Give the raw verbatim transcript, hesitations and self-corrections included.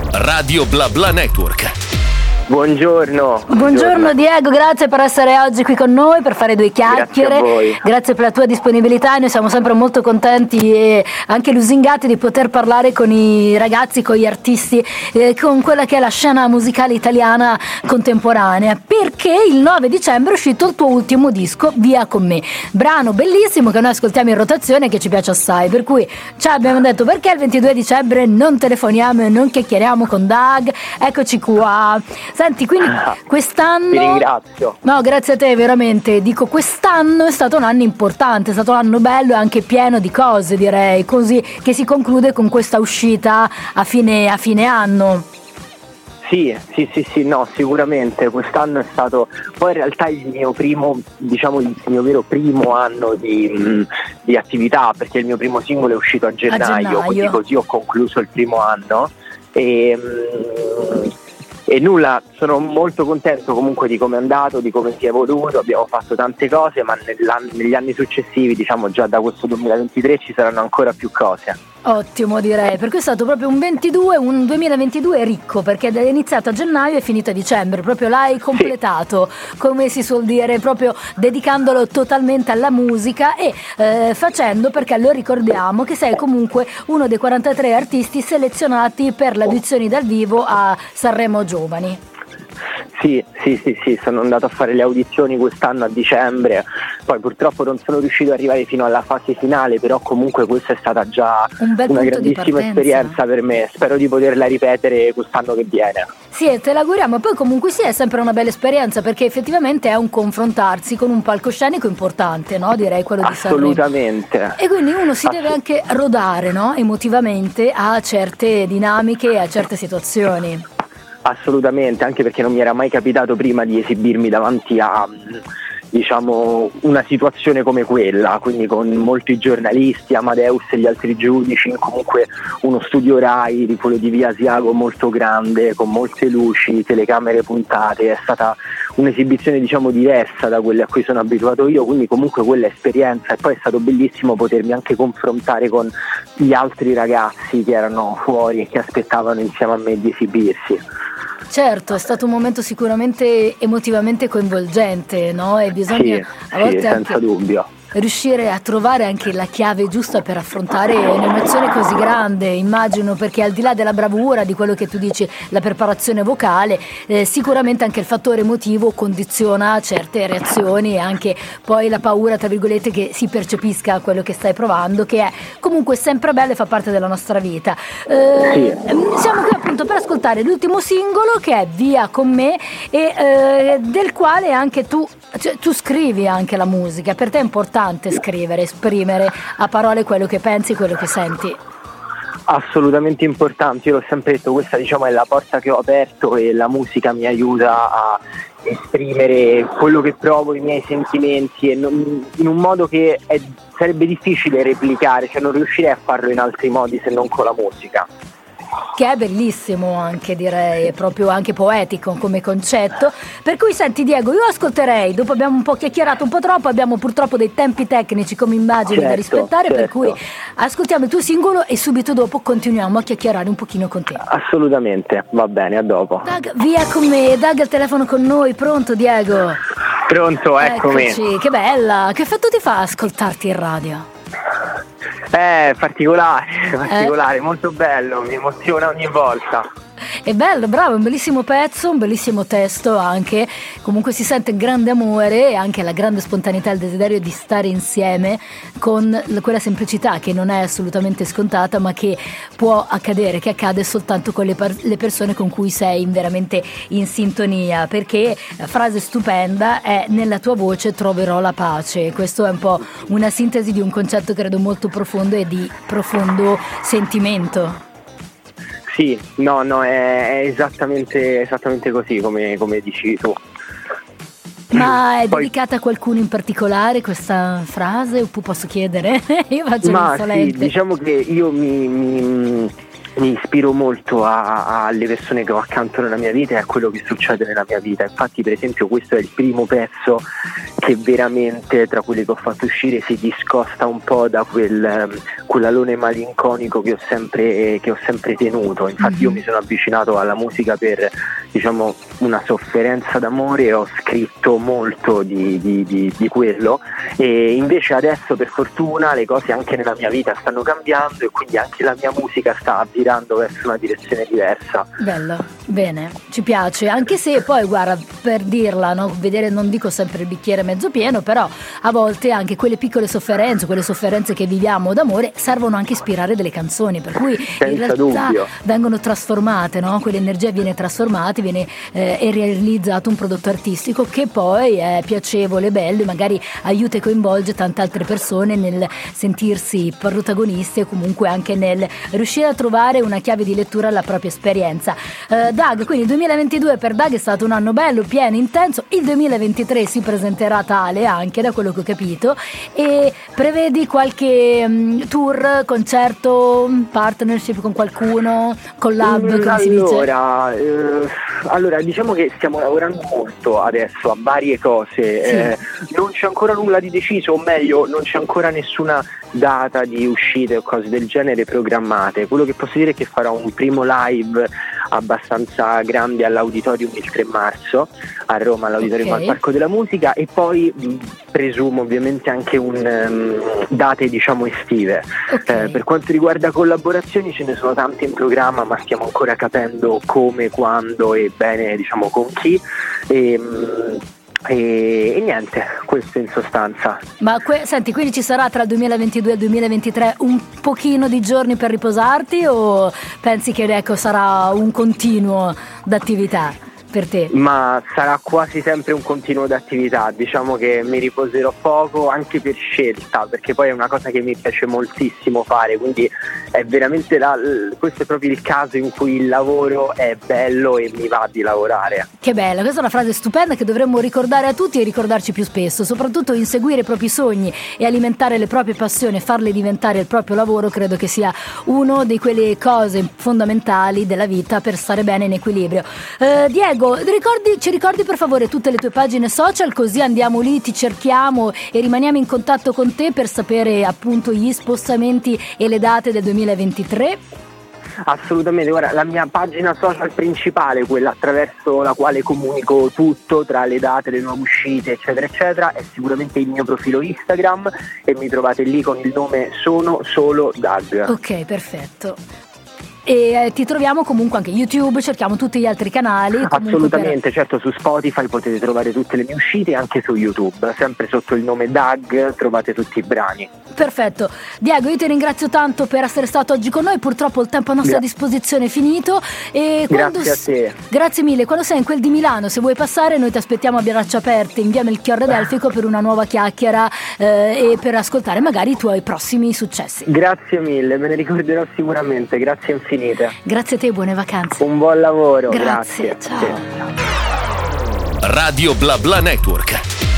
Radio BlaBla Network. Buongiorno. Buongiorno. Buongiorno Diego, grazie per essere oggi qui con noi per fare due chiacchiere. Grazie a voi. Grazie per la tua disponibilità. Noi siamo sempre molto contenti e anche lusingati di poter parlare con i ragazzi, con gli artisti, eh, con quella che è la scena musicale italiana contemporanea, perché il nove dicembre è uscito il tuo ultimo disco, Via con me, brano bellissimo che noi ascoltiamo in rotazione e che ci piace assai, per cui ci abbiamo detto perché il ventidue dicembre non telefoniamo e non chiacchieriamo con Doug. Eccoci qua. Senti, quindi quest'anno... Ti ringrazio. No, grazie a te, veramente. Dico, quest'anno è stato un anno importante, è stato un anno bello e anche pieno di cose, direi, così che si conclude con questa uscita a fine, a fine anno. Sì, sì, sì, sì, no, sicuramente quest'anno è stato poi in realtà il mio primo, diciamo il mio vero primo anno di, mh, di attività, perché il mio primo singolo è uscito a gennaio, a gennaio. Quindi così ho concluso il primo anno e... Mh, E nulla, sono molto contento comunque di come è andato, di come si è evoluto, abbiamo fatto tante cose, ma negli anni successivi, diciamo già da questo duemilaventitré, ci saranno ancora più cose. Ottimo, direi, perché è stato proprio un ventidue, un duemilaventidue ricco, perché è iniziato a gennaio e finito a dicembre, proprio l'hai completato, sì. Come si suol dire, proprio dedicandolo totalmente alla musica e eh, facendo, perché lo ricordiamo, che sei comunque uno dei quarantatré artisti selezionati per le audizioni dal vivo a Sanremo Giovani. Sì, sì, sì, sì, sono andato a fare le audizioni quest'anno a dicembre, poi purtroppo non sono riuscito ad arrivare fino alla fase finale, però comunque questa è stata già un bel una punto grandissima di esperienza per me, spero di poterla ripetere quest'anno che viene. Sì, e te l'auguriamo, poi comunque sì, è sempre una bella esperienza perché effettivamente è un confrontarsi con un palcoscenico importante, no? Direi quello di Sanremo. Assolutamente. E quindi uno si Assolut- deve anche rodare, no? Emotivamente a certe dinamiche e a certe situazioni. Assolutamente, anche perché non mi era mai capitato prima di esibirmi davanti a, diciamo, una situazione come quella, quindi con molti giornalisti, Amadeus e gli altri giudici, comunque uno studio Rai di quello di Via Asiago molto grande, con molte luci, telecamere puntate, è stata un'esibizione diciamo diversa da quelle a cui sono abituato io, quindi comunque quella esperienza, e poi è stato bellissimo potermi anche confrontare con gli altri ragazzi che erano fuori e che aspettavano insieme a me di esibirsi. Certo, è stato un momento sicuramente emotivamente coinvolgente, no? E bisogna sì, a volte sì, senza anche dubbio. riuscire a trovare anche la chiave giusta per affrontare un'emozione così grande, immagino, perché al di là della bravura, di quello che tu dici, la preparazione vocale, eh, sicuramente anche il fattore emotivo condiziona certe reazioni e anche poi la paura, tra virgolette, che si percepisca quello che stai provando, che è comunque sempre bello e fa parte della nostra vita. Eh, sì. Siamo qui appunto per ascoltare l'ultimo singolo che è Via con me e eh, del quale anche tu, cioè, tu scrivi anche la musica, per te è importante scrivere, esprimere a parole quello che pensi, quello che senti. Assolutamente importante, io l'ho sempre detto, questa diciamo è la porta che ho aperto e la musica mi aiuta a esprimere quello che provo, i miei sentimenti e non, in un modo che è, sarebbe difficile replicare, cioè non riuscirei a farlo in altri modi se non con la musica. Che è bellissimo anche, direi, è proprio anche poetico come concetto. Per cui senti Diego, io ascolterei, dopo abbiamo un po' chiacchierato un po' troppo, abbiamo purtroppo dei tempi tecnici come immagini certo, da rispettare, certo. Per cui ascoltiamo il tuo singolo e subito dopo continuiamo a chiacchierare un pochino con te. Assolutamente, va bene, a dopo. Doug, via con me, Doug al telefono con noi, pronto Diego? Pronto, eccomi. Eccoci, che bella, che effetto ti fa ascoltarti in radio? Eh, particolare, particolare, eh? molto bello, mi emoziona ogni volta. È bello, bravo, è un bellissimo pezzo, un bellissimo testo anche, comunque si sente grande amore e anche la grande spontaneità e il desiderio di stare insieme con quella semplicità che non è assolutamente scontata ma che può accadere, che accade soltanto con le, par- le persone con cui sei veramente in sintonia, perché la frase stupenda è: nella tua voce troverò la pace. Questo è un po' una sintesi di un concetto credo molto profondo e di profondo sentimento. Sì, no, no, è, è esattamente, esattamente così come, come dici tu. Ma è Poi, dedicata a qualcuno in particolare questa frase? Oppure posso chiedere? Io faccio ma l'insolente. sì, diciamo che io mi, mi, mi ispiro molto a, a, alle persone che ho accanto nella mia vita e a quello che succede nella mia vita. Infatti, per esempio, questo è il primo pezzo che veramente, tra quelli che ho fatto uscire, si discosta un po' da quel quell'alone malinconico che ho sempre che ho sempre tenuto. Infatti mm-hmm. io mi sono avvicinato alla musica per, diciamo, una sofferenza d'amore e ho scritto molto di, di, di, di quello, e invece adesso, per fortuna, le cose anche nella mia vita stanno cambiando e quindi anche la mia musica sta virando verso una direzione diversa. Bello, bene, ci piace, anche se poi, guarda, per dirla, no? Vedere, non dico sempre il bicchiere mezzo pieno, però a volte anche quelle piccole sofferenze, quelle sofferenze che viviamo d'amore, servono anche a ispirare delle canzoni, per cui senza in realtà dubbio vengono trasformate, no? Quell'energia viene trasformata, viene eh, è realizzato un prodotto artistico che poi è piacevole, bello e magari aiuta e coinvolge tante altre persone nel sentirsi protagonisti e comunque anche nel riuscire a trovare una chiave di lettura alla propria esperienza. Uh, Doug, quindi il duemilaventidue per Doug è stato un anno bello, pieno, intenso. Il duemilaventitré si presenterà tale anche, da quello che ho capito, e prevedi qualche um, tour, concerto, partnership con qualcuno, collab, come allora, si dice? Eh, allora, diciamo che stiamo lavorando molto adesso a varie cose, sì. eh, non c'è ancora nulla di deciso, o meglio, non c'è ancora nessuna data di uscite o cose del genere programmate. Quello che posso dire è che farò un primo live abbastanza grande all'Auditorium il tre marzo a Roma, all'Auditorium okay. al Parco della Musica, e poi mh, presumo ovviamente anche un um, date, diciamo, estive. Okay. Eh, per quanto riguarda collaborazioni, ce ne sono tante in programma, ma stiamo ancora capendo come, quando e bene, diciamo, con chi. E, mh, E, e niente, questo in sostanza. Ma que- senti, quindi ci sarà tra il duemilaventidue e il duemilaventitré un pochino di giorni per riposarti, o pensi che, ecco, sarà un continuo d'attività per te? Ma sarà quasi sempre un continuo d'attività, diciamo che mi riposerò poco anche per scelta, perché poi è una cosa che mi piace moltissimo fare, quindi è veramente la, questo è proprio il caso in cui il lavoro è bello e mi va di lavorare. Che bella, questa è una frase stupenda che dovremmo ricordare a tutti e ricordarci più spesso, soprattutto inseguire i propri sogni e alimentare le proprie passioni e farle diventare il proprio lavoro. Credo che sia uno di quelle cose fondamentali della vita per stare bene in equilibrio. eh, Diego, ricordi, ci ricordi per favore tutte le tue pagine social, così andiamo lì, ti cerchiamo e rimaniamo in contatto con te per sapere appunto gli spostamenti e le date del duemilaventitré? Assolutamente, guarda, la mia pagina social principale, quella attraverso la quale comunico tutto, tra le date, le nuove uscite, eccetera eccetera, è sicuramente il mio profilo Instagram, e mi trovate lì con il nome Sono Solo Doug. Ok, perfetto. E eh, ti troviamo comunque anche YouTube, cerchiamo tutti gli altri canali. Assolutamente, per... certo, su Spotify potete trovare tutte le mie uscite, anche su YouTube, sempre sotto il nome Doug trovate tutti i brani. Perfetto. Diego, io ti ringrazio tanto per essere stato oggi con noi, purtroppo il tempo a nostra Gra- disposizione è finito. E quando Grazie a te. Grazie mille, quando sei in quel di Milano, se vuoi passare, noi ti aspettiamo a braccia aperte in via Melchiorre Delfico per una nuova chiacchiera eh, e per ascoltare magari i tuoi prossimi successi. Grazie mille, me ne ricorderò sicuramente, grazie infinite. Grazie a te, buone vacanze. Un buon lavoro. Grazie, grazie. ciao. Sì. Radio Bla Bla Network.